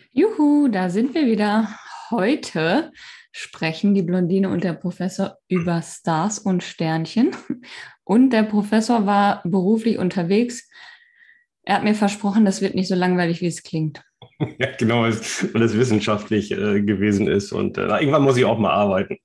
Juhu, da sind wir wieder. Heute sprechen die Blondine und der Professor über Stars und Sternchen. Und der Professor war beruflich unterwegs. Er hat mir versprochen, das wird nicht so langweilig, wie es klingt. Ja, genau, weil es wissenschaftlich gewesen ist. Und irgendwann muss ich auch mal arbeiten.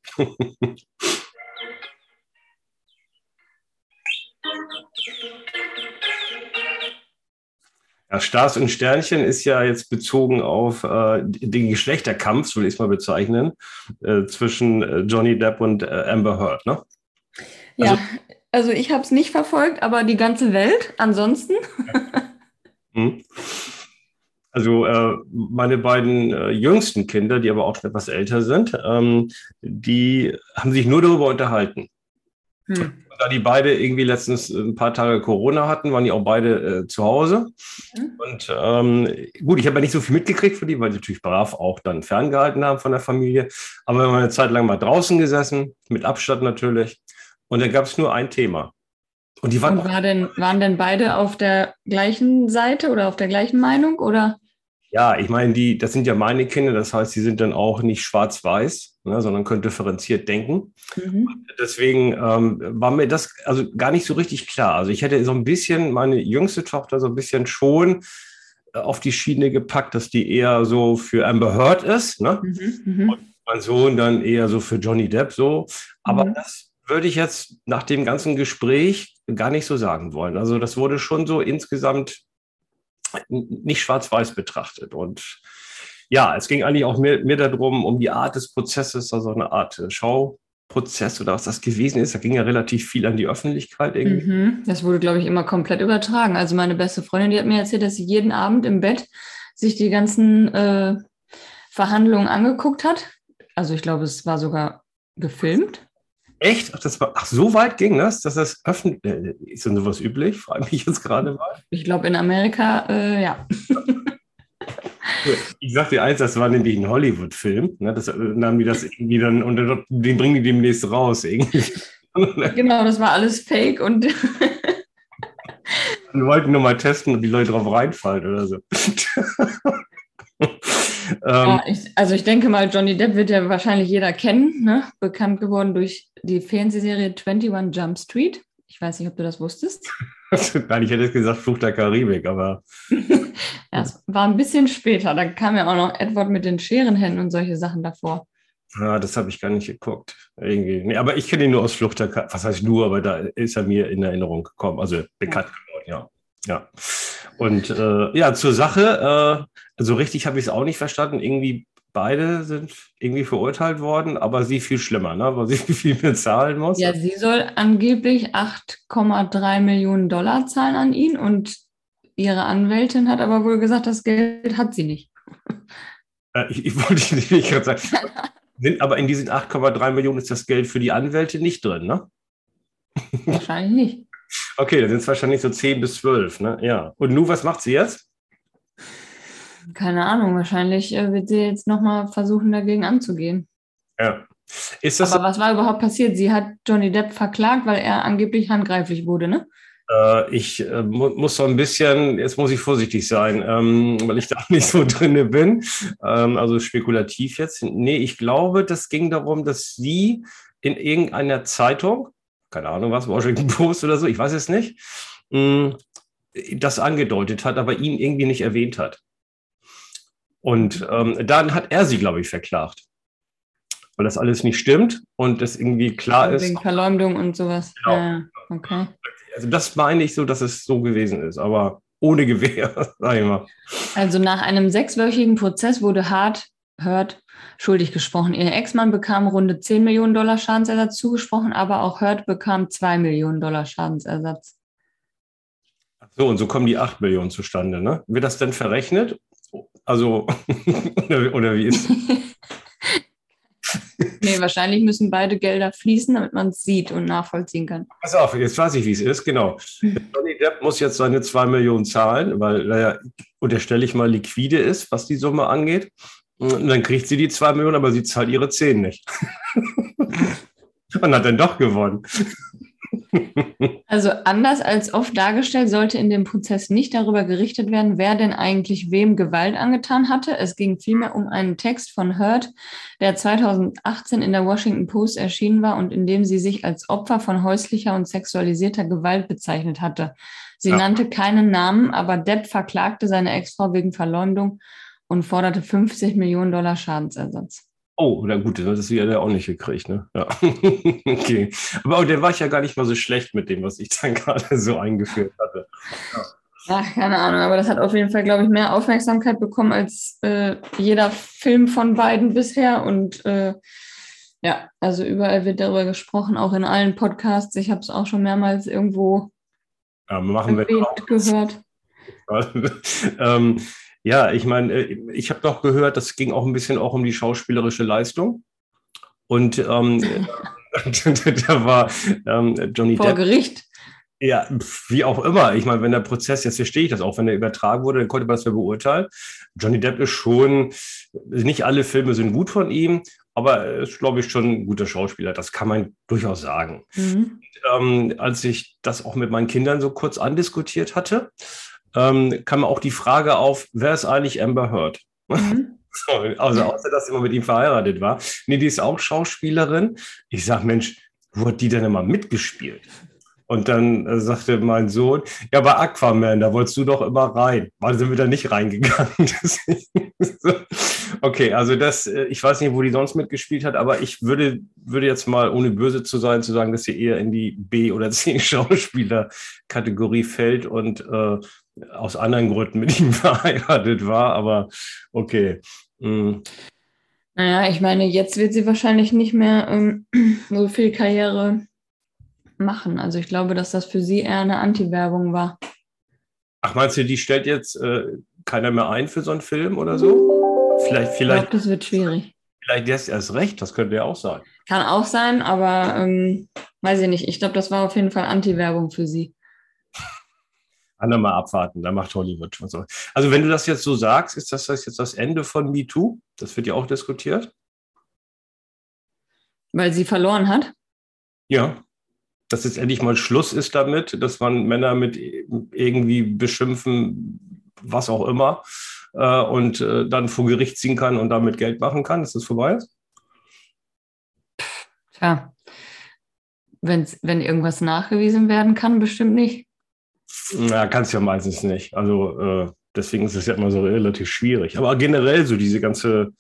Ja, Stars und Sternchen ist ja jetzt bezogen auf den Geschlechterkampf, so will ich es mal bezeichnen, zwischen Johnny Depp und Amber Heard, ne? Also, Ja, also ich habe es nicht verfolgt, aber die ganze Welt ansonsten. hm. Also meine beiden jüngsten Kinder, die aber auch schon etwas älter sind, die haben sich nur darüber unterhalten. Hm. Da die beide irgendwie letztens ein paar Tage Corona hatten, waren die auch beide zu Hause. Und gut, ich habe ja nicht so viel mitgekriegt für die, weil sie natürlich brav auch dann ferngehalten haben von der Familie. Aber wir haben eine Zeit lang mal draußen gesessen, mit Abstand natürlich. Und da gab es nur ein Thema. Und die waren Und auch, waren denn beide auf der gleichen Seite oder auf der gleichen Meinung? Oder? ja, ich meine, das sind ja meine Kinder, das heißt, die sind dann auch nicht schwarz-weiß, ne, sondern können differenziert denken. Mhm. Deswegen war mir das also gar nicht so richtig klar. Also ich hätte so ein bisschen meine jüngste Tochter so ein bisschen schon auf die Schiene gepackt, dass die eher so für Amber Heard ist, ne? Mhm. Mhm. Mein Sohn dann eher so für Johnny Depp so. Aber Mhm. das würde ich jetzt nach dem ganzen Gespräch gar nicht so sagen wollen. Also das wurde schon so insgesamt nicht schwarz-weiß betrachtet. Und ja, es ging eigentlich auch mehr darum, um die Art des Prozesses, also eine Art Schauprozess oder was das gewesen ist. Da ging ja relativ viel an die Öffentlichkeit irgendwie. Mhm. Das wurde, glaube ich, immer komplett übertragen. Also meine beste Freundin, die hat mir erzählt, dass sie jeden Abend im Bett sich die ganzen Verhandlungen angeguckt hat. Also ich glaube, es war sogar gefilmt. Echt? Ach, so weit ging das, dass das öffentlich ist denn sowas üblich? Frage mich jetzt gerade mal. Ich glaube, in Amerika, ja. Ich sag dir eins, das war nämlich ein Hollywood-Film. Ne? Das nahmen die das irgendwie dann und den bringen die demnächst raus irgendwie. Genau, das war alles fake und Wir wollten nur mal testen, ob die Leute drauf reinfallen oder so. ähm, ja, also ich denke mal, Johnny Depp wird ja wahrscheinlich jeder kennen, ne? Bekannt geworden durch die Fernsehserie 21 Jump Street. Ich weiß nicht, ob du das wusstest. Nein, ich hätte jetzt gesagt Fluch der Karibik, aber Ja, es war ein bisschen später. Da kam ja auch noch Edward mit den Scherenhänden und solche Sachen davor. das habe ich gar nicht geguckt. Irgendwie. Nee, aber ich kenne ihn nur aus Flucht der Karibik. Was heißt nur, aber da ist er mir in Erinnerung gekommen, also Ja. bekannt geworden, ja. Ja. Und ja, zur Sache, so richtig habe ich es auch nicht verstanden. Irgendwie beide sind irgendwie verurteilt worden, aber sie viel schlimmer, ne? Weil sie viel mehr zahlen muss. Ja, sie soll angeblich 8,3 Millionen Dollar zahlen an ihn und ihre Anwältin hat aber wohl gesagt, das Geld hat sie nicht. Ich wollte nicht gerade sagen, sind aber in diesen 8,3 Millionen ist das Geld für die Anwälte nicht drin, ne? Wahrscheinlich nicht. Okay, dann sind es wahrscheinlich so 10 bis 12, ne? Ja. Und nu, was macht sie jetzt? Keine Ahnung, wahrscheinlich wird sie jetzt nochmal versuchen, dagegen anzugehen. Ja. Ist das, Aber was war überhaupt passiert? Sie hat Johnny Depp verklagt, weil er angeblich handgreiflich wurde, ne? ich muss so ein bisschen, jetzt muss ich vorsichtig sein, weil ich da nicht so drinne bin. Also spekulativ jetzt. Nee, ich glaube, das ging darum, dass sie in irgendeiner Zeitung, keine Ahnung was, Washington Post oder so, ich weiß es nicht, mh, das angedeutet hat, aber ihn irgendwie nicht erwähnt hat. Und dann hat er sie, glaube ich, verklagt, weil das alles nicht stimmt und das irgendwie klar So ist. wegen Verleumdung und sowas. Genau. Ja, okay. Also das meine ich so, dass es so gewesen ist, aber ohne Gewehr, sag ich mal. Also nach einem 6-wöchigen Prozess wurde Heard schuldig gesprochen. Ihr Ex-Mann bekam runde 10 Millionen Dollar Schadensersatz zugesprochen, aber auch Heard bekam 2 Millionen Dollar Schadensersatz. So, und so kommen die 8 Millionen zustande, ne? Wird das denn verrechnet? Also, oder wie ist Nee, wahrscheinlich müssen beide Gelder fließen, damit man es sieht und nachvollziehen kann. Pass auf, jetzt weiß ich, wie es ist, genau. Johnny Depp muss jetzt seine 2 Millionen zahlen, weil er ja, unterstelle ich mal, liquide ist, was die Summe angeht. Und dann kriegt sie die 2 Millionen, aber sie zahlt ihre 10 nicht. Und hat dann doch gewonnen. Also anders als oft dargestellt, sollte in dem Prozess nicht darüber gerichtet werden, wer denn eigentlich wem Gewalt angetan hatte. Es ging vielmehr um einen Text von Heard, der 2018 in der Washington Post erschienen war und in dem sie sich als Opfer von häuslicher und sexualisierter Gewalt bezeichnet hatte. Sie Ja. nannte keinen Namen, aber Depp verklagte seine Ex-Frau wegen Verleumdung und forderte 50 Millionen Dollar Schadensersatz. Oh, na gut, das hat sie ja auch nicht gekriegt, ne? Ja. Okay. Aber der war ich ja gar nicht mal so schlecht mit dem, was ich dann gerade so eingeführt hatte. Ja. Ja, keine Ahnung, aber das hat auf jeden Fall, glaube ich, mehr Aufmerksamkeit bekommen als jeder Film von beiden bisher. Und ja, also überall wird darüber gesprochen, auch in allen Podcasts. Ich habe es auch schon mehrmals irgendwo Ja, machen wir erwähnt, gehört. ähm, ja, ich meine, ich habe noch gehört, das ging auch ein bisschen auch um die schauspielerische Leistung. Und da war Johnny Vor Depp. Gericht. Ja, wie auch immer. Ich meine, wenn der Prozess, jetzt verstehe ich das auch, wenn er übertragen wurde, dann konnte man das ja beurteilen. Johnny Depp ist schon, nicht alle Filme sind gut von ihm, aber er ist, glaube ich, schon ein guter Schauspieler. Das kann man durchaus sagen. Mhm. Als ich das auch mit meinen Kindern so kurz andiskutiert hatte, kam auch die Frage auf, wer ist eigentlich Amber Heard? Mhm. Also außer, dass sie immer mit ihm verheiratet war. Nee, die ist auch Schauspielerin. Ich sage, Mensch, wo hat die denn immer mitgespielt? Und dann sagte mein Sohn, ja, bei Aquaman, da wolltest du doch immer rein. Weil sind wir da nicht reingegangen. Okay, also das, ich weiß nicht, wo die sonst mitgespielt hat, aber ich würde jetzt mal, ohne böse zu sein, zu sagen, dass sie eher in die B- oder C-Schauspieler-Kategorie fällt und aus anderen Gründen mit ihm verheiratet war. Aber okay. Naja, ich meine, jetzt wird sie wahrscheinlich nicht mehr so viel Karriere machen. Also ich glaube, dass das für sie eher eine Anti-Werbung war. Ach, meinst du, die stellt jetzt keiner mehr ein für so einen Film oder so? Ich glaube, das wird schwierig. Vielleicht erst recht, das könnte ja auch sein. Kann auch sein, aber weiß ich nicht. Ich glaube, das war auf jeden Fall Anti-Werbung für sie. Mal abwarten, da macht Hollywood schon so. Also wenn du das jetzt so sagst, ist das jetzt das Ende von MeToo? Das wird ja auch diskutiert. Weil sie verloren hat? Ja, dass jetzt endlich mal Schluss ist damit, dass man Männer mit irgendwie beschimpfen, was auch immer, und dann vor Gericht ziehen kann und damit Geld machen kann, dass das vorbei ist? Tja, wenn irgendwas nachgewiesen werden kann, bestimmt nicht. Na, kannst ja meistens nicht. Also deswegen ist es ja immer so relativ schwierig. Aber generell so diese ganze,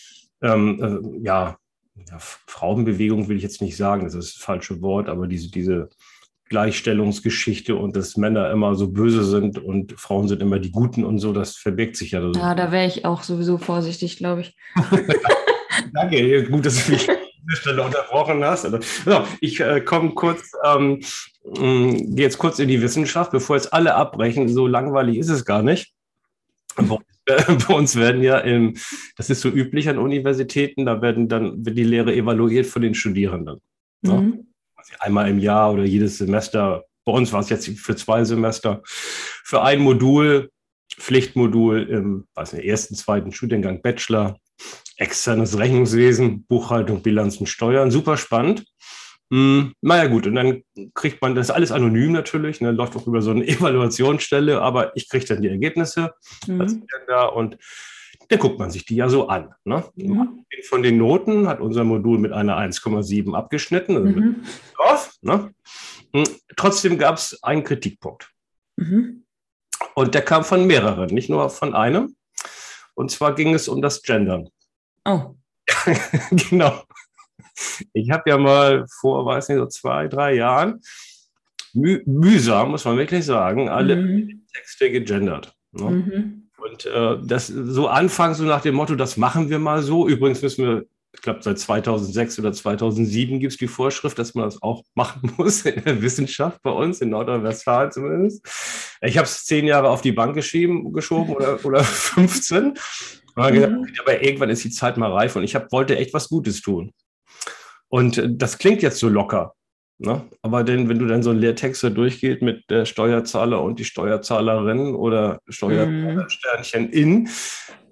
Frauenbewegung will ich jetzt nicht sagen, das ist das falsche Wort, aber diese Gleichstellungsgeschichte und dass Männer immer so böse sind und Frauen sind immer die Guten und so, das verbirgt sich ja so. Ja, da wäre ich auch sowieso vorsichtig, glaube ich. Danke, gut, dass du mich an dieser Stelle unterbrochen hast. Also, ich komme kurz, gehe jetzt kurz in die Wissenschaft, bevor jetzt alle abbrechen. So langweilig ist es gar nicht. Bei uns werden ja, das ist so üblich an Universitäten, da wird die Lehre evaluiert von den Studierenden. Mhm. Ne? Einmal im Jahr oder jedes Semester. Bei uns war es jetzt für 2 Semester. Für ein Modul, Pflichtmodul im ersten, zweiten Studiengang Bachelor, externes Rechnungswesen, Buchhaltung, Bilanzen, Steuern. Super spannend. Naja gut, und dann kriegt man das alles anonym natürlich, ne, läuft auch über so eine Evaluationsstelle, aber ich kriege dann die Ergebnisse als und dann guckt man sich die ja so an. Ne? Von den Noten hat unser Modul mit einer 1,7 abgeschnitten. Also drauf, ne? Trotzdem gab es einen Kritikpunkt. Und der kam von mehreren, nicht nur von einem. Und zwar ging es um das Gendern. Oh. Genau. Ich habe ja mal vor, weiß nicht, so 2, 3 Jahren mühsam, muss man wirklich sagen, alle Texte gegendert. Ne? Und das so anfangs so nach dem Motto, das machen wir mal so. Übrigens müssen wir, ich glaube, seit 2006 oder 2007 gibt es die Vorschrift, dass man das auch machen muss in der Wissenschaft bei uns, in Nordrhein-Westfalen zumindest. Ich habe es 10 Jahre auf die Bank geschoben oder 15. Und gedacht, aber irgendwann ist die Zeit mal reif und ich wollte echt was Gutes tun. Und das klingt jetzt so locker, ne? Aber denn, wenn du dann so einen Lehrtext da durchgeht mit der Steuerzahler und die Steuerzahlerin oder Steuerzahlersternchen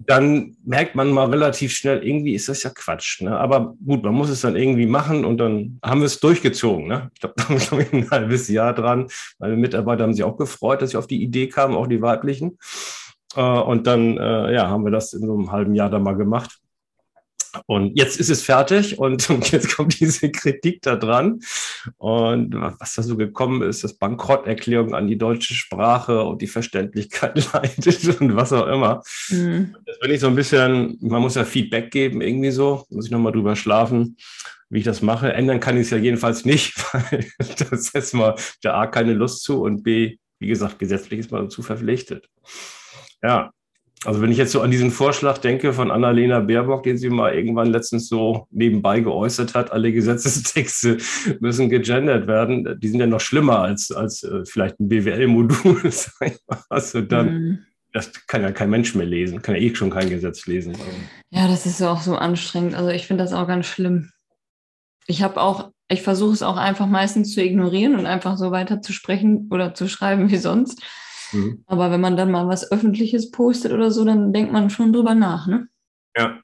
dann merkt man mal relativ schnell, irgendwie ist das ja Quatsch. Ne? Aber gut, man muss es dann irgendwie machen und dann haben wir es durchgezogen. Ne? Ich glaube, da haben wir ein halbes Jahr dran. Meine Mitarbeiter haben sich auch gefreut, dass ich auf die Idee kam, auch die weiblichen. Und dann haben wir das in so einem halben Jahr dann mal gemacht. Und jetzt ist es fertig und jetzt kommt diese Kritik da dran. Und was da so gekommen ist, das Bankrotterklärung an die deutsche Sprache und die Verständlichkeit leidet und was auch immer. Das bin ich so ein bisschen, man muss ja Feedback geben, irgendwie so, muss ich nochmal drüber schlafen, wie ich das mache. Ändern kann ich es ja jedenfalls nicht, weil das setzt mal der A keine Lust zu und B, wie gesagt, gesetzlich ist man dazu verpflichtet. Ja, also wenn ich jetzt so an diesen Vorschlag denke von Annalena Baerbock, den sie mal irgendwann letztens so nebenbei geäußert hat, alle Gesetzestexte müssen gegendert werden, die sind ja noch schlimmer als vielleicht ein BWL-Modul. Also dann, das kann ja kein Mensch mehr lesen, kann ja eh schon kein Gesetz lesen. Ja, das ist auch so anstrengend. Also ich finde das auch ganz schlimm. Ich versuche es auch einfach meistens zu ignorieren und einfach so weiter zu sprechen oder zu schreiben wie sonst. Aber wenn man dann mal was Öffentliches postet oder so, dann denkt man schon drüber nach, ne? Ja.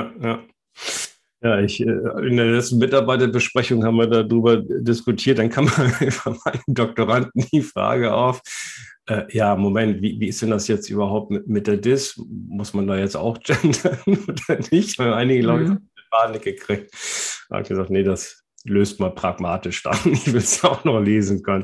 Ja, in der letzten Mitarbeiterbesprechung haben wir darüber diskutiert. Dann kam von meinen Doktoranden die Frage auf, ja, Moment, wie ist denn das jetzt überhaupt mit der DIS? Muss man da jetzt auch gendern oder nicht? Weil einige Leute haben Panik gekriegt. Da habe ich gesagt, nee, das löst mal pragmatisch dann. Ich will es auch noch lesen können.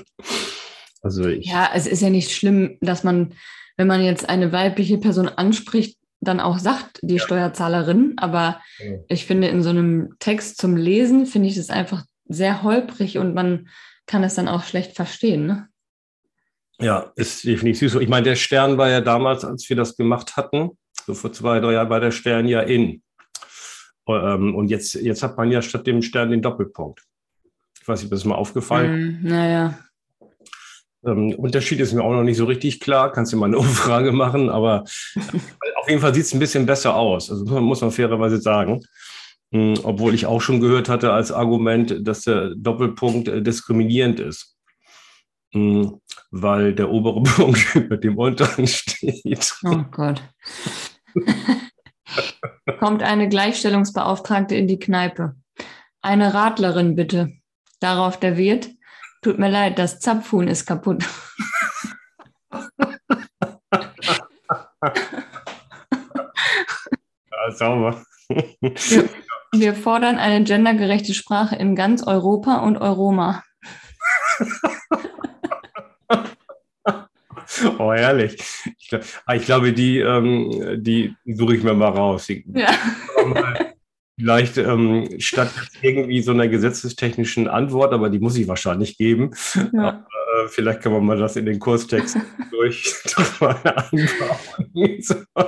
Ja, es ist ja nicht schlimm, dass man, wenn man jetzt eine weibliche Person anspricht, dann auch sagt, die Steuerzahlerin. Aber ich finde, in so einem Text zum Lesen finde ich das einfach sehr holprig und man kann es dann auch schlecht verstehen. Ne? Ja, ist definitiv so. Ich meine, der Stern war ja damals, als wir das gemacht hatten, so vor 2, 3 Jahren, war der Stern ja in. Und jetzt hat man ja statt dem Stern den Doppelpunkt. Ich weiß nicht, ist das mal aufgefallen? Naja. Unterschied ist mir auch noch nicht so richtig klar. Kannst du mal eine Umfrage machen, aber auf jeden Fall sieht es ein bisschen besser aus. Also muss man fairerweise sagen. Obwohl ich auch schon gehört hatte als Argument, dass der Doppelpunkt diskriminierend ist. Weil der obere Punkt mit dem unteren steht. Oh Gott. Kommt eine Gleichstellungsbeauftragte in die Kneipe. Eine Radlerin bitte. Darauf der Wirt. Tut mir leid, das Zapfhuhn ist kaputt. Ja, sauber. Wir fordern eine gendergerechte Sprache in ganz Europa und Euroma. Oh, herrlich. Ich glaube, die suche ich mir mal raus. Vielleicht statt irgendwie so einer gesetzestechnischen Antwort, aber die muss ich wahrscheinlich geben. Ja. Aber, vielleicht kann man mal das in den Kurstext drüber einbauen.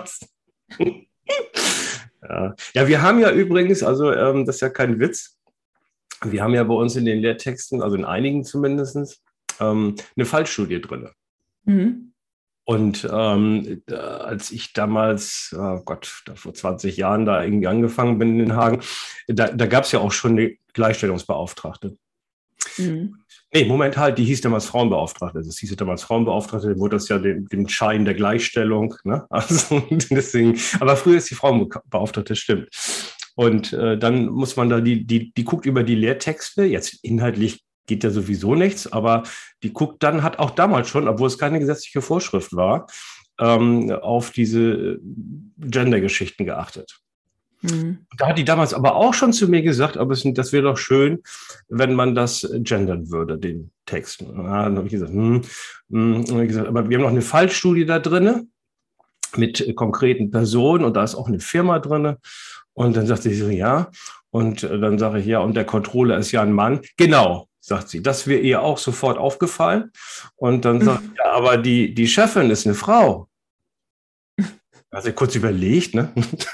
Ja, wir haben ja übrigens, also das ist ja kein Witz, wir haben ja bei uns in den Lehrtexten, also in einigen zumindest, eine Fallstudie drin. Und als ich damals, vor 20 Jahren da irgendwie angefangen bin in Den Haag, da gab es ja auch schon eine Gleichstellungsbeauftragte. Nee, Moment halt, die hieß damals Frauenbeauftragte. Das hieß damals Frauenbeauftragte, dann wurde das ja den Schein der Gleichstellung. Ne? Also deswegen, aber früher ist die Frauenbeauftragte, stimmt. Und dann muss man da, die guckt über die Lehrtexte, jetzt inhaltlich geht ja sowieso nichts, aber die guckt dann, hat auch damals schon, obwohl es keine gesetzliche Vorschrift war, auf diese Gender-Geschichten geachtet. Da hat die damals aber auch schon zu mir gesagt, aber das wäre doch schön, wenn man das gendern würde, den Text. Dann habe ich gesagt, aber wir haben noch eine Fallstudie da drin mit konkreten Personen und da ist auch eine Firma drin. Und dann sagte sie so, ja. Und dann sage ich, ja, und der Controller ist ja ein Mann. Genau, sagt sie. Das wäre ihr auch sofort aufgefallen. Und dann sagt sie, ja, aber die Chefin ist eine Frau. Da hat sie kurz überlegt, ne?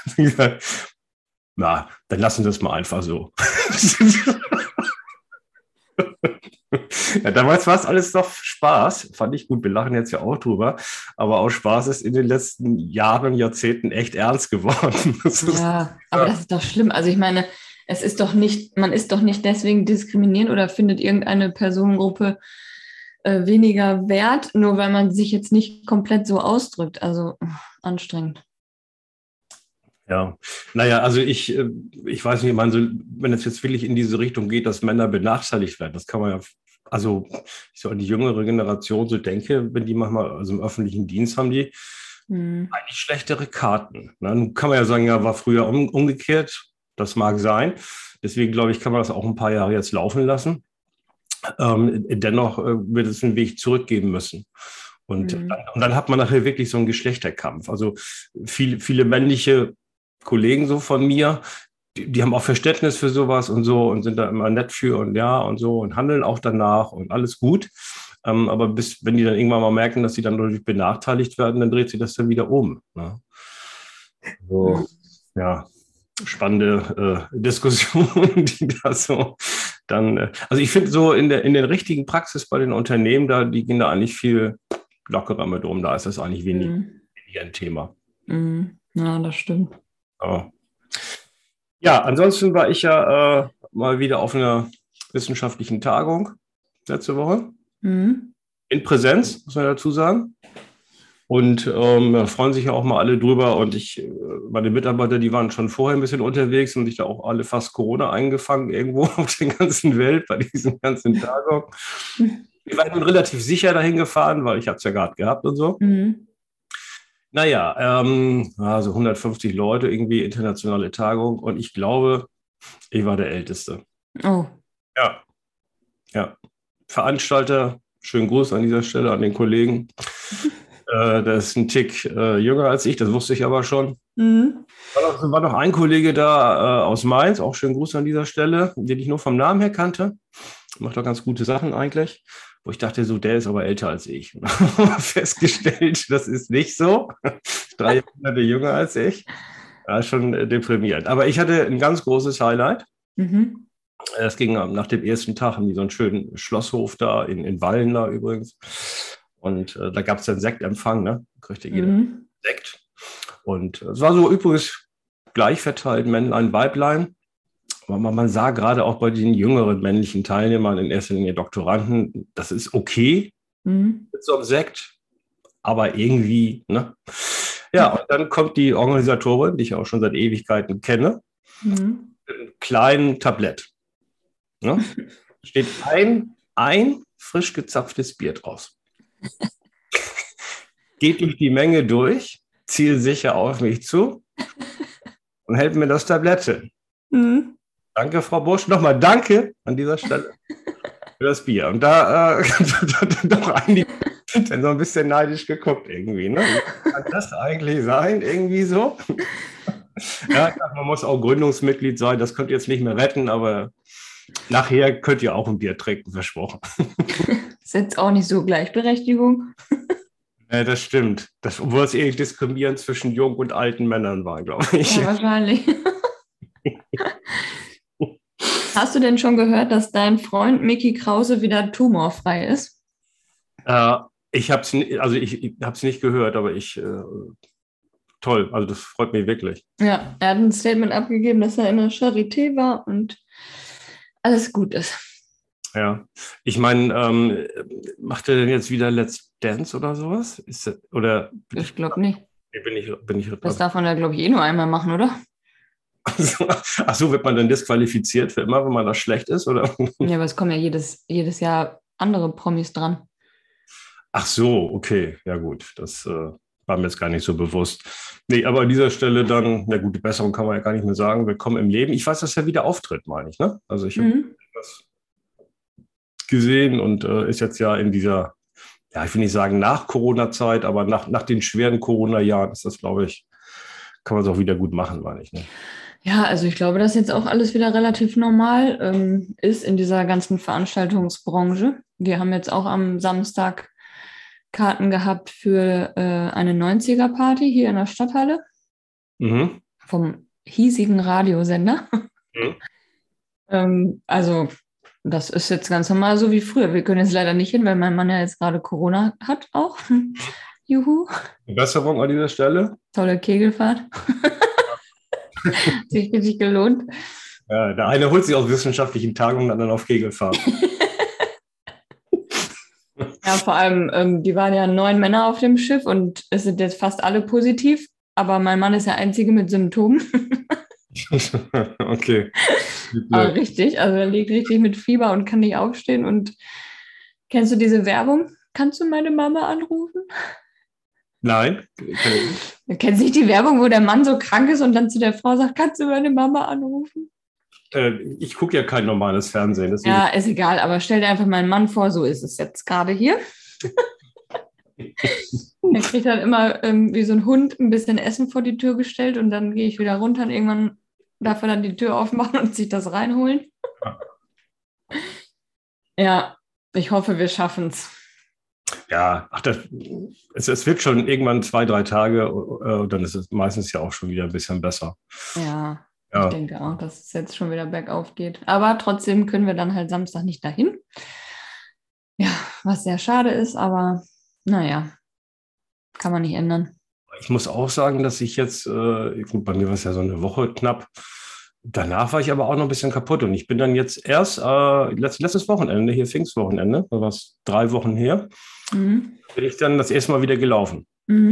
Na, dann lassen wir das mal einfach so. Ja, damals war es alles doch Spaß. Fand ich gut. Wir lachen jetzt ja auch drüber. Aber auch Spaß ist in den letzten Jahren, Jahrzehnten echt ernst geworden. Ja, aber das ist doch schlimm. Also ich meine, man ist doch nicht deswegen diskriminierend oder findet irgendeine Personengruppe weniger wert, nur weil man sich jetzt nicht komplett so ausdrückt. Also anstrengend. Ja, naja, also ich weiß nicht, ich meine, so, wenn es jetzt wirklich in diese Richtung geht, dass Männer benachteiligt werden, das kann man ja, also ich so an die jüngere Generation so denke, wenn die manchmal, also im öffentlichen Dienst haben die Mhm. eigentlich schlechtere Karten. Ne? Nun kann man ja sagen, ja, war früher umgekehrt, das mag sein. Deswegen glaube ich, kann man das auch ein paar Jahre jetzt laufen lassen. Dennoch wird es einen Weg zurückgeben müssen. Mhm. Und dann hat man nachher wirklich so einen Geschlechterkampf. Also viele männliche Kollegen so von mir, die haben auch Verständnis für sowas und so und sind da immer nett für und ja und so und handeln auch danach und alles gut. Aber wenn die dann irgendwann mal merken, dass sie dann dadurch benachteiligt werden, dann dreht sich das dann wieder um. Ne? So, Mhm. ja, spannende Diskussionen, die da so dann, also ich finde so in der richtigen Praxis bei den Unternehmen, die gehen da eigentlich viel lockerer mit um, da ist das eigentlich Mhm. weniger ein Thema. Mhm. Ja, das stimmt. Aber, ja, ansonsten war ich ja mal wieder auf einer wissenschaftlichen Tagung letzte Woche Mhm. in Präsenz, muss man dazu sagen. Und da freuen sich ja auch mal alle drüber. Und meine Mitarbeiter, die waren schon vorher ein bisschen unterwegs und sich da auch alle fast Corona eingefangen irgendwo auf der ganzen Welt bei diesen ganzen Tagungen. Wir waren relativ sicher dahin gefahren, weil ich habe es ja gerade gehabt und so. Mhm. Naja, also 150 Leute, irgendwie internationale Tagung. Und ich glaube, ich war der Älteste. Oh. Ja, ja. Veranstalter, schönen Gruß an dieser Stelle an den Kollegen. Der ist ein Tick jünger als ich, das wusste ich aber schon. Mhm. War noch ein Kollege da aus Mainz, auch schönen Gruß an dieser Stelle, den ich nur vom Namen her kannte. Macht doch ganz gute Sachen eigentlich. Wo ich dachte, so, der ist aber älter als ich. Und festgestellt, das ist nicht so. 3 Jahre jünger als ich. Ja, schon deprimierend. Aber ich hatte ein ganz großes Highlight. Mhm. Es ging nach dem ersten Tag, haben die so einen schönen Schlosshof da in Wallen da übrigens. Und da gab es dann Sektempfang, ne? Kriegte jeder Mhm. Sekt. Und es war so übrigens gleich verteilt, Männlein, Weiblein. Aber man sah gerade auch bei den jüngeren männlichen Teilnehmern, in erster Linie Doktoranden, das ist okay Mhm. mit so einem Sekt, aber irgendwie, ne? Ja, und dann kommt die Organisatorin, die ich auch schon seit Ewigkeiten kenne, Mhm. mit einem kleinen Tablett. Ne? Steht ein frisch gezapftes Bier draus. Geht durch die Menge durch, zielsicher auf mich zu und hält mir das Tablett hin. Mhm. Danke, Frau Busch. Nochmal danke an dieser Stelle für das Bier. Und da doch einige sind dann so ein bisschen neidisch geguckt irgendwie. Ne? Wie kann das eigentlich sein? Irgendwie so. Ja, man muss auch Gründungsmitglied sein. Das könnt ihr jetzt nicht mehr retten, aber nachher könnt ihr auch ein Bier trinken, versprochen. Ist jetzt auch nicht so Gleichberechtigung. Das stimmt. Obwohl es eher Diskriminierend zwischen jungen und alten Männern war, glaube ich. Ja, wahrscheinlich. Hast du denn schon gehört, dass dein Freund Mickey Krause wieder tumorfrei ist? Äh, ich habe es nicht gehört, aber toll, also das freut mich wirklich. Ja, er hat ein Statement abgegeben, dass er in der Charité war und alles gut ist. Ja, ich meine, macht er denn jetzt wieder Let's Dance oder sowas? Oder Ich glaube nicht. bin ich, Das darf man da, glaube ich, eh nur einmal machen, oder? ach so, wird man dann disqualifiziert für immer, wenn man da schlecht ist, oder? Ja, aber es kommen ja jedes Jahr andere Promis dran. Ach so, okay, ja gut, das war mir jetzt gar nicht so bewusst. Nee, aber an dieser Stelle dann, na gute Besserung kann man ja gar nicht mehr sagen, willkommen im Leben. Ich weiß, dass er wieder auftritt, meine ich, ne? Also ich habe Mhm. das gesehen und ist jetzt ja in dieser, ja, ich will nicht sagen nach Corona-Zeit, aber nach den schweren Corona-Jahren ist das, glaube ich, kann man es auch wieder gut machen, meine ich. Ne? Ja, also ich glaube, dass jetzt auch alles wieder relativ normal ist in dieser ganzen Veranstaltungsbranche. Wir haben jetzt auch am Samstag Karten gehabt für eine 90er-Party hier in der Stadthalle Mhm. vom hiesigen Radiosender. Mhm. Also das ist jetzt ganz normal so wie früher. Wir können jetzt leider nicht hin, weil mein Mann ja jetzt gerade Corona hat auch. Juhu, Besserung an dieser Stelle. tolle Kegelfahrt. Hat sich richtig gelohnt. Ja, der eine holt sich aus wissenschaftlichen Tagungen und dann auf Kegelfahrt. Ja, vor allem, die waren ja 9 Männer auf dem Schiff und es sind jetzt fast alle positiv. aber mein Mann ist der Einzige mit Symptomen. Okay. Aber richtig, also er liegt richtig mit Fieber und kann nicht aufstehen. Und kennst du diese Werbung? Kannst du meine Mama anrufen? Nein. Du kennst nicht die Werbung, wo der Mann so krank ist und dann zu der Frau sagt, kannst du meine Mama anrufen? Ich gucke ja kein normales Fernsehen. Deswegen. Ja, ist egal, aber stell dir einfach meinen Mann vor, so ist es jetzt gerade hier. Er kriegt dann immer wie so ein Hund ein bisschen Essen vor die Tür gestellt und dann gehe ich wieder runter und irgendwann darf er dann die Tür aufmachen und sich das reinholen. Ja, ich hoffe, wir schaffen es. Ja, es wird schon irgendwann 2, 3 Tage, dann ist es meistens ja auch schon wieder ein bisschen besser. Ja, Ja. ich denke auch, dass es jetzt schon wieder bergauf geht. Aber trotzdem können wir dann halt Samstag nicht dahin. Ja, was sehr schade ist, aber naja, kann man nicht ändern. Ich muss auch sagen, dass ich jetzt, gut, bei mir war es ja so eine Woche knapp. Danach war ich aber auch noch ein bisschen kaputt und ich bin dann jetzt erst letztes Wochenende, hier Pfingstwochenende, da war es 3 Wochen her, bin ich dann das erste Mal wieder gelaufen.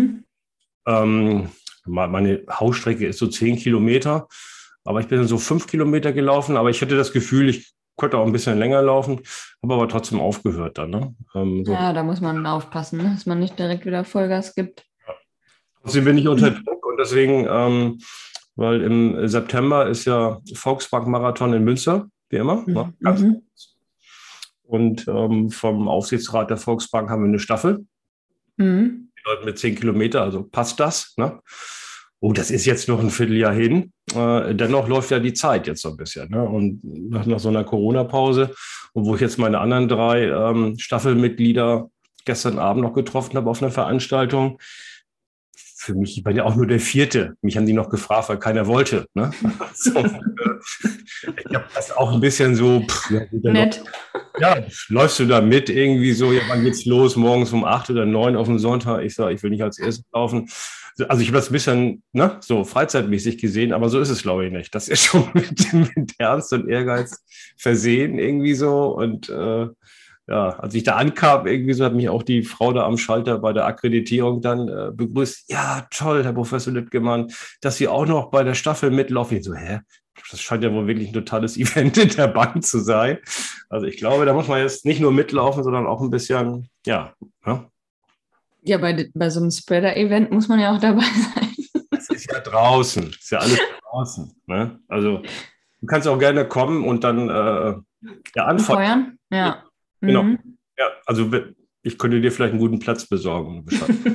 Meine Hausstrecke ist so 10 Kilometer, aber ich bin dann so 5 Kilometer gelaufen, aber ich hatte das Gefühl, ich könnte auch ein bisschen länger laufen, habe aber trotzdem aufgehört dann. Ne? So. Ja, da muss man aufpassen, ne? Dass man nicht direkt wieder Vollgas gibt. Trotzdem bin ich unter Druck und deswegen, weil im September ist ja Volksbank-Marathon in Münster, wie immer. Ne? Und vom Aufsichtsrat der Volksbank haben wir eine Staffel. Mit 10 Kilometer, also passt das. Ne? Oh, das ist jetzt noch ein Vierteljahr hin. Dennoch läuft ja die Zeit jetzt so ein bisschen. Ne? Und nach so einer Corona-Pause, und wo ich jetzt meine anderen 3 Staffelmitglieder gestern Abend noch getroffen habe auf einer Veranstaltung, für mich, ich bin ja auch nur der 4. Mich haben die noch gefragt, weil keiner wollte. Ne? So, ich habe das auch ein bisschen so, nett. Ja, läufst du da mit irgendwie so, ja, wann geht's los? Morgens um 8 oder 9 auf den Sonntag? Ich sage, ich will nicht als erstes laufen. Also ich habe das ein bisschen so freizeitmäßig gesehen, aber so ist es, glaube ich, nicht. Das ist schon mit Ernst und Ehrgeiz versehen irgendwie so. Und ja, als ich da ankam, irgendwie so hat mich auch die Frau da am Schalter bei der Akkreditierung dann begrüßt. Ja, toll, Herr Professor Littgemann, dass Sie auch noch bei der Staffel mitlaufen. Ich so, hä? Das scheint ja wohl wirklich ein totales Event in der Bank zu sein. Also ich glaube, da muss man jetzt nicht nur mitlaufen, sondern auch ein bisschen, ja. Ja, bei so einem Spreader-Event muss man ja auch dabei sein. Das ist ja draußen, ist ja alles draußen. Ne? Also du kannst auch gerne kommen und dann anfeuern. Ja. Genau. Ja, also ich könnte dir vielleicht einen guten Platz besorgen.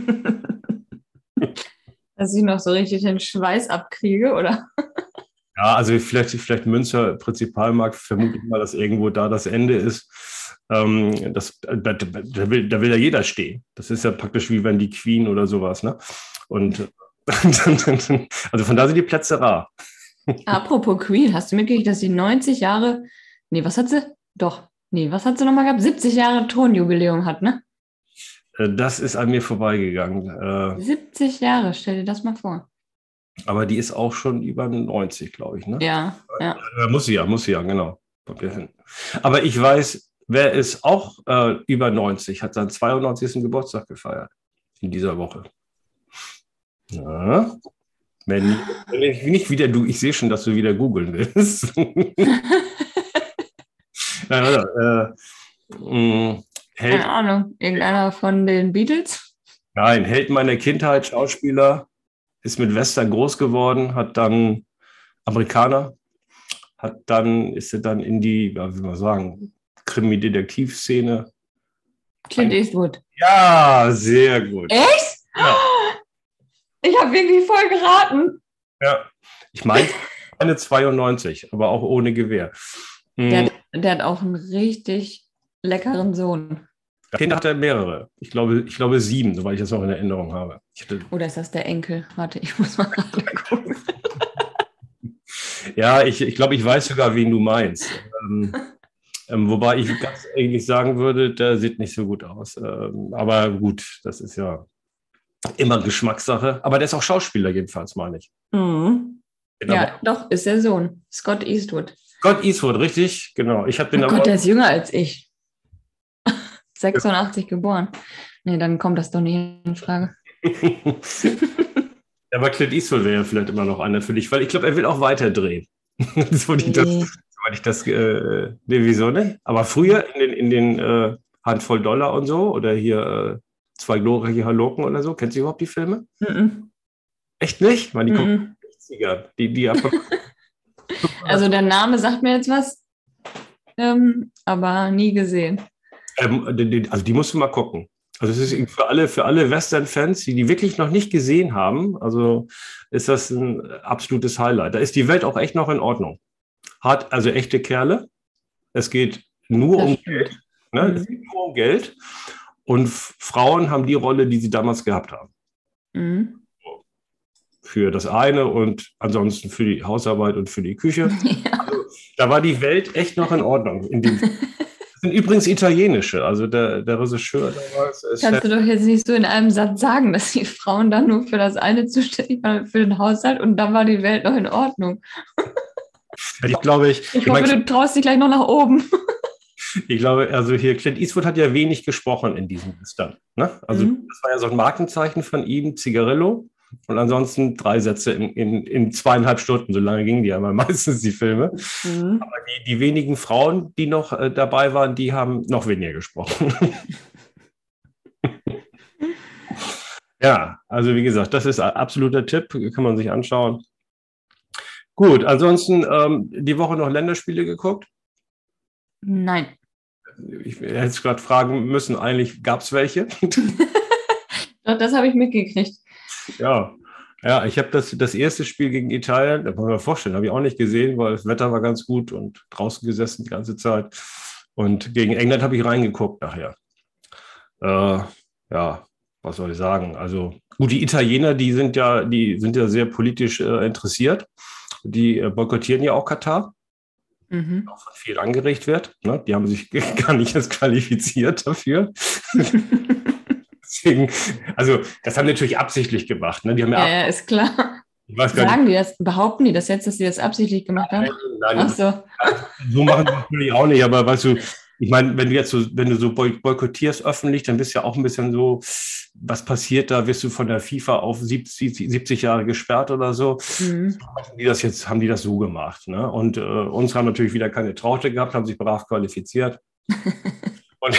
Dass ich noch so richtig den Schweiß abkriege, oder? Ja, also vielleicht Münster Prinzipalmarkt, vermute ich mal, dass irgendwo da das Ende ist. Da will ja jeder stehen. Das ist ja praktisch wie wenn die Queen oder sowas. Ne? Und also von da sind die Plätze rar. Apropos Queen, hast du mitgekriegt, dass sie 90 Jahre, was hat sie? Was hat sie nochmal gehabt? 70 Jahre Thronjubiläum hat, ne? Das ist an mir vorbeigegangen. 70 Jahre, stell dir das mal vor. Aber die ist auch schon über 90, glaube ich, ne? Ja. Muss sie ja, genau. Aber ich weiß, wer ist auch über 90, hat seinen 92. Geburtstag gefeiert in dieser Woche. Ja. Nicht wieder du, ich sehe schon, dass du wieder googeln willst. Keine Ahnung, irgendeiner von den Beatles? Nein, Held meiner Kindheit, Schauspieler, ist mit Western groß geworden, hat dann Amerikaner, ist er dann in die, wie will man sagen, Krimi-Detektiv-Szene. Clint Eastwood. Ja, sehr gut. Echt? Ja. Ich habe wirklich voll geraten. Ja, ich meine 92, aber auch ohne Gewehr. Der hat auch einen richtig leckeren Sohn. Kinder hat er mehrere. Ich glaube 7, soweit ich das noch in Erinnerung habe. Oder ist das der Enkel? Warte, ich muss mal gerade gucken. Ja, ich glaube, ich weiß sogar, wen du meinst. Wobei ich ganz ehrlich sagen würde, der sieht nicht so gut aus. Aber gut, das ist ja immer Geschmackssache. Aber der ist auch Schauspieler jedenfalls, meine ich. Mhm. Ja, doch, ist der Sohn. Scott Eastwood. Scott Eastwood, richtig, genau. Gott, der ist jünger als ich. 86 geboren. Nee, dann kommt das doch nicht in Frage. Ja, aber Clint Eastwood wäre ja vielleicht immer noch einer für dich, weil ich glaube, er will auch weiter drehen. Nee. Soweit ich das, nee, wieso nicht? Aber früher in den Handvoll Dollar und so oder hier zwei glorreiche Halunken oder so, kennst du überhaupt die Filme? Mhm. Echt nicht? Man, die kommen Mhm. aus den 80ern. Die ab Also der Name sagt mir jetzt was, aber nie gesehen. Also die musst du mal gucken. Also es ist für alle Western-Fans, die wirklich noch nicht gesehen haben, also ist das ein absolutes Highlight. Da ist die Welt auch echt noch in Ordnung. Hat also echte Kerle. Es geht nur Das um stimmt. Geld. Ne? Es geht Mhm. nur um Geld. Und Frauen haben die Rolle, die sie damals gehabt haben. Mhm. Für das eine und ansonsten für die Hausarbeit und für die Küche. Ja. Also da war die Welt echt noch in Ordnung. Das sind übrigens italienische. Also der Regisseur damals ist Kannst du doch jetzt nicht so in einem Satz sagen, dass die Frauen dann nur für das eine zuständig waren, für den Haushalt und dann war die Welt noch in Ordnung. ich glaube, Ich ich meine, hoffe, du traust dich gleich noch nach oben. ich glaube, also hier Clint Eastwood hat ja wenig gesprochen in diesem Western. Ne? Also Mhm. das war ja so ein Markenzeichen von ihm, Zigarillo. Und ansonsten 3 Sätze in 2,5 Stunden, so lange gingen die ja mal meistens die Filme. Mhm. Aber die wenigen Frauen, die noch dabei waren, die haben noch weniger gesprochen. Ja, also wie gesagt, das ist ein absoluter Tipp, kann man sich anschauen. Gut, ansonsten die Woche noch Länderspiele geguckt. Nein. Ich hätte jetzt gerade fragen müssen, eigentlich gab es welche? Doch, das habe ich mitgekriegt. Ja, ja, ich habe das erste Spiel gegen Italien, da kann man mir vorstellen, habe ich auch nicht gesehen, weil das Wetter war ganz gut und draußen gesessen die ganze Zeit. Und gegen England habe ich reingeguckt nachher. Äh, ja, was soll ich sagen? Also gut, die sind ja sehr politisch interessiert. Die boykottieren ja auch Katar, Mhm. auch von viel angeregt wird. Ne? Die haben sich gar nicht erst qualifiziert dafür. Deswegen, also das haben die natürlich absichtlich gemacht. Ne? Die haben ja Ja, ja, ist klar. ich weiß gar nicht, Sagen die das? Behaupten die das jetzt, dass sie das absichtlich gemacht haben? Ach nein, so. so machen sie es natürlich auch nicht, aber weißt du, ich meine, wenn du so boykottierst öffentlich, dann bist du ja auch ein bisschen so, was passiert da? Wirst du von der FIFA auf 70 Jahre gesperrt oder so? Mhm. Haben die das so gemacht. Ne? Und uns haben natürlich wieder keine Traute gehabt, haben sich brav qualifiziert. Und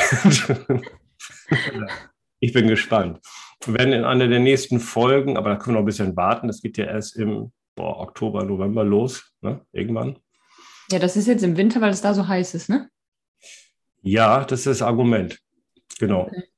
ich bin gespannt. Wir werden in einer der nächsten Folgen, aber da können wir noch ein bisschen warten, das geht ja erst im Oktober, November los, ne? Irgendwann. Ja, das ist jetzt im Winter, weil es da so heiß ist, ne? Ja, das ist das Argument. Genau. Okay.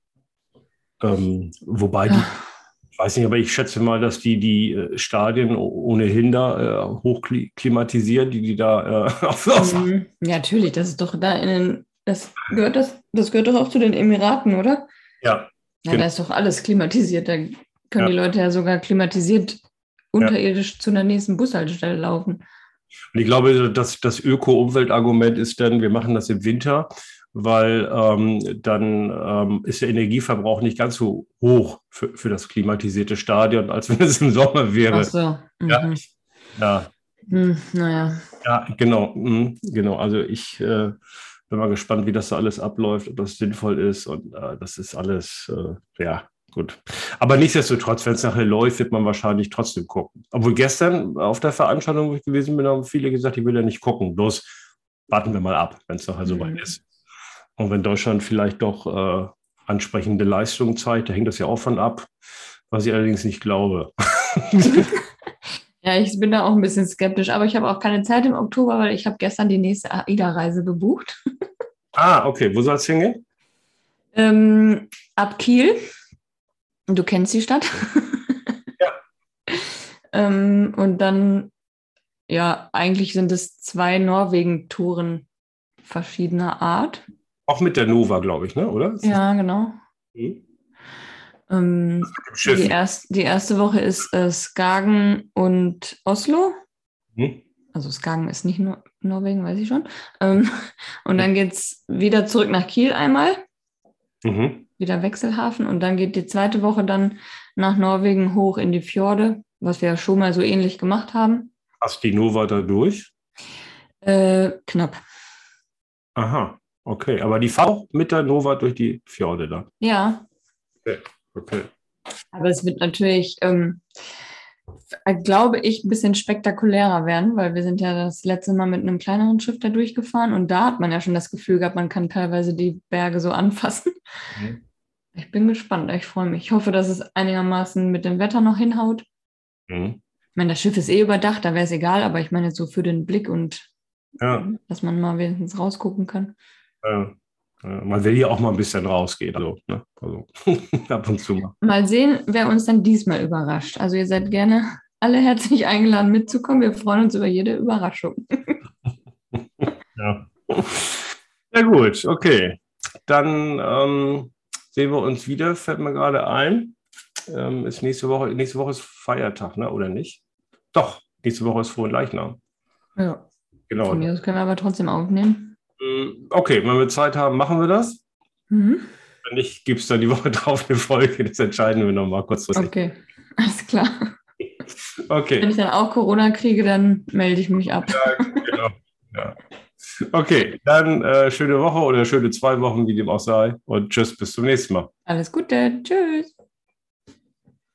Wobei ich weiß nicht, aber ich schätze mal, dass die Stadien ohnehin da hochklimatisieren, die da auf. Mhm. Ja, natürlich, das ist doch da das gehört doch auch zu den Emiraten, oder? Ja, Ja, genau. da ist doch alles klimatisiert. Da können Ja, die Leute ja sogar klimatisiert ja. unterirdisch zu der nächsten Bushaltestelle laufen. Und ich glaube, dass das Öko-Umwelt-Argument ist dann, wir machen das im Winter, weil dann ist der Energieverbrauch nicht ganz so hoch für das klimatisierte Stadion, als wenn es im Sommer Ach wäre. so. Ja, Mhm. ja, Naja. ja, genau. Genau. Also ich bin mal gespannt, wie das da alles abläuft, ob das sinnvoll ist. Und das ist alles, ja, gut. Aber nichtsdestotrotz, wenn es nachher läuft, wird man wahrscheinlich trotzdem gucken. Obwohl gestern auf der Veranstaltung, wo ich gewesen bin, haben viele gesagt, ich will ja nicht gucken. Bloß warten wir mal ab, wenn es nachher soweit Mhm. ist. Und wenn Deutschland vielleicht doch ansprechende Leistungen zeigt, da hängt das ja auch von ab, was ich allerdings nicht glaube. Ja, ich bin da auch ein bisschen skeptisch, aber ich habe auch keine Zeit im Oktober, weil ich habe gestern die nächste AIDA-Reise gebucht. Ah, okay. Wo soll es hingehen? Ab Kiel. Du kennst die Stadt. Ja. Und dann, ja, eigentlich sind es 2 Norwegen-Touren verschiedener Art. Auch mit der Nova, glaube ich, ne? Oder? Ist das Ja, genau. mit dem Die, Schiff? die erste Woche ist Skagen und Oslo. Mhm. Also Skagen ist nicht nur Norwegen, weiß ich schon. Und dann geht es wieder zurück nach Kiel einmal, Mhm. wieder Wechselhafen. Und dann geht die zweite Woche dann nach Norwegen hoch in die Fjorde, was wir ja schon mal so ähnlich gemacht haben. Passt die Nova da durch? Knapp. Aha, okay. Aber die fahrt auch mit der Nova durch die Fjorde da. Ja, Okay, okay. aber es wird natürlich glaube ich, ein bisschen spektakulärer werden, weil wir sind ja das letzte Mal mit einem kleineren Schiff da durchgefahren und da hat man ja schon das Gefühl gehabt, man kann teilweise die Berge so anfassen. Mhm. Ich bin gespannt, ich freue mich. Ich hoffe, dass es einigermaßen mit dem Wetter noch hinhaut. Mhm. Ich meine, das Schiff ist eh überdacht, da wäre es egal, aber ich meine jetzt so für den Blick und Ja, dass man mal wenigstens rausgucken kann. ja. Man will ja auch mal ein bisschen rausgehen. Also ab und zu mal. Mal sehen, wer uns dann diesmal überrascht. Also ihr seid gerne alle herzlich eingeladen mitzukommen. Wir freuen uns über jede Überraschung. Ja. Ja gut, okay. Dann sehen wir uns wieder, fällt mir gerade ein. Ist nächste Woche ist Feiertag, ne? Oder nicht? Doch, nächste Woche ist Fronleichnam. Ja, von Genau. mir aus können wir aber trotzdem aufnehmen. Okay, wenn wir Zeit haben, machen wir das. Mhm. Wenn nicht, gibt es dann die Woche drauf eine Folge. Das entscheiden wir nochmal kurzfristig. Okay, alles klar. Wenn Okay, ich dann auch Corona kriege, dann melde ich mich ab. ja, genau. Ja. Okay, dann schöne Woche oder schöne 2 Wochen, wie dem auch sei. Und tschüss, bis zum nächsten Mal. Alles Gute, tschüss.